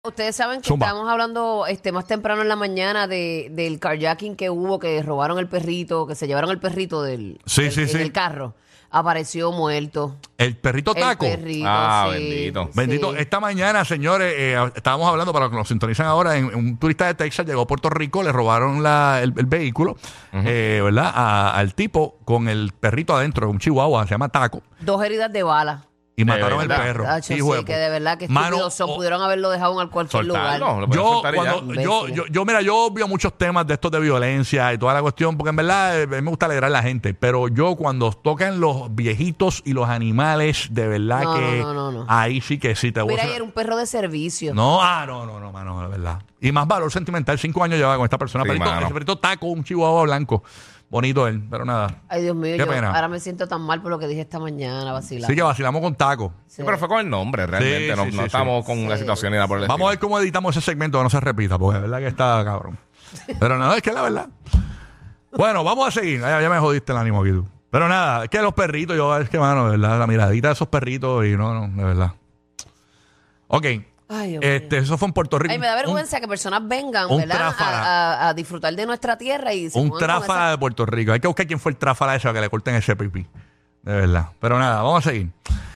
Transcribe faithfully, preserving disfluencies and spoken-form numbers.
Ustedes saben que Zumba. estábamos hablando este más temprano en la mañana de, del carjacking que hubo, que robaron el perrito, que se llevaron el perrito del, Sí, del, sí, en sí. el carro. Apareció muerto. El perrito taco. El perrito, Ah, sí, bendito. sí. Bendito. Esta mañana, señores, eh, estábamos hablando, para los que nos sintonizan ahora, en, un turista de Texas llegó a Puerto Rico, le robaron la, el, el vehículo, eh, ¿verdad? A- al tipo con el perrito adentro, un chihuahua, se llama Taco, Dos heridas de bala. y De mataron el verdad. perro. Tacho, Hijo sí, de que pu- de verdad que Mano, estúpidos son. o- Pudieron haberlo dejado en cualquier lugar. Soltarlo, lo pueden Yo, soltar y ya. cuando, yo, Imbéciles. yo, yo, mira, yo veo muchos temas de estos de violencia y toda la cuestión, porque en verdad eh, me gusta alegrar a la gente, pero yo cuando tocan los viejitos y los animales, de verdad No, que no, no, no, no. ahí sí que sí te voy Mira, a... ayer era un perro de servicio. No, ah, no, no, no, mano, de verdad. Y más valor sentimental, cinco años llevaba con esta persona. Sí, perrito, mano. ese perrito Taco, un chihuahua blanco. Bonito él, pero nada. Ay, Dios mío, Qué yo pena. ahora me siento tan mal por lo que dije esta mañana, vacilando. Sí que vacilamos con Taco. Sí, pero fue con el nombre, realmente. Sí, no sí, no sí, estamos sí. con la Sí. situación ni nada por el Vamos a ver estilo. cómo editamos ese segmento que no se repita, porque de verdad que está cabrón. Pero nada, es que es la verdad. Bueno, vamos a seguir. Ya, ya me jodiste el ánimo aquí tú. Pero nada, es que los perritos, yo, es que, mano, de verdad, la miradita de esos perritos y no, no, de verdad. Ok. Ay, Dios Este, mío. eso fue en Puerto Rico. Ay, me da Un- vergüenza que personas vengan, un ¿verdad? tráfala. A, a- a disfrutar de nuestra tierra y se Un, pongan con tráfala esa- de Puerto Rico. Hay que buscar quién fue el tráfala ese para que le corten ese pipí. De verdad. Pero nada, vamos a seguir.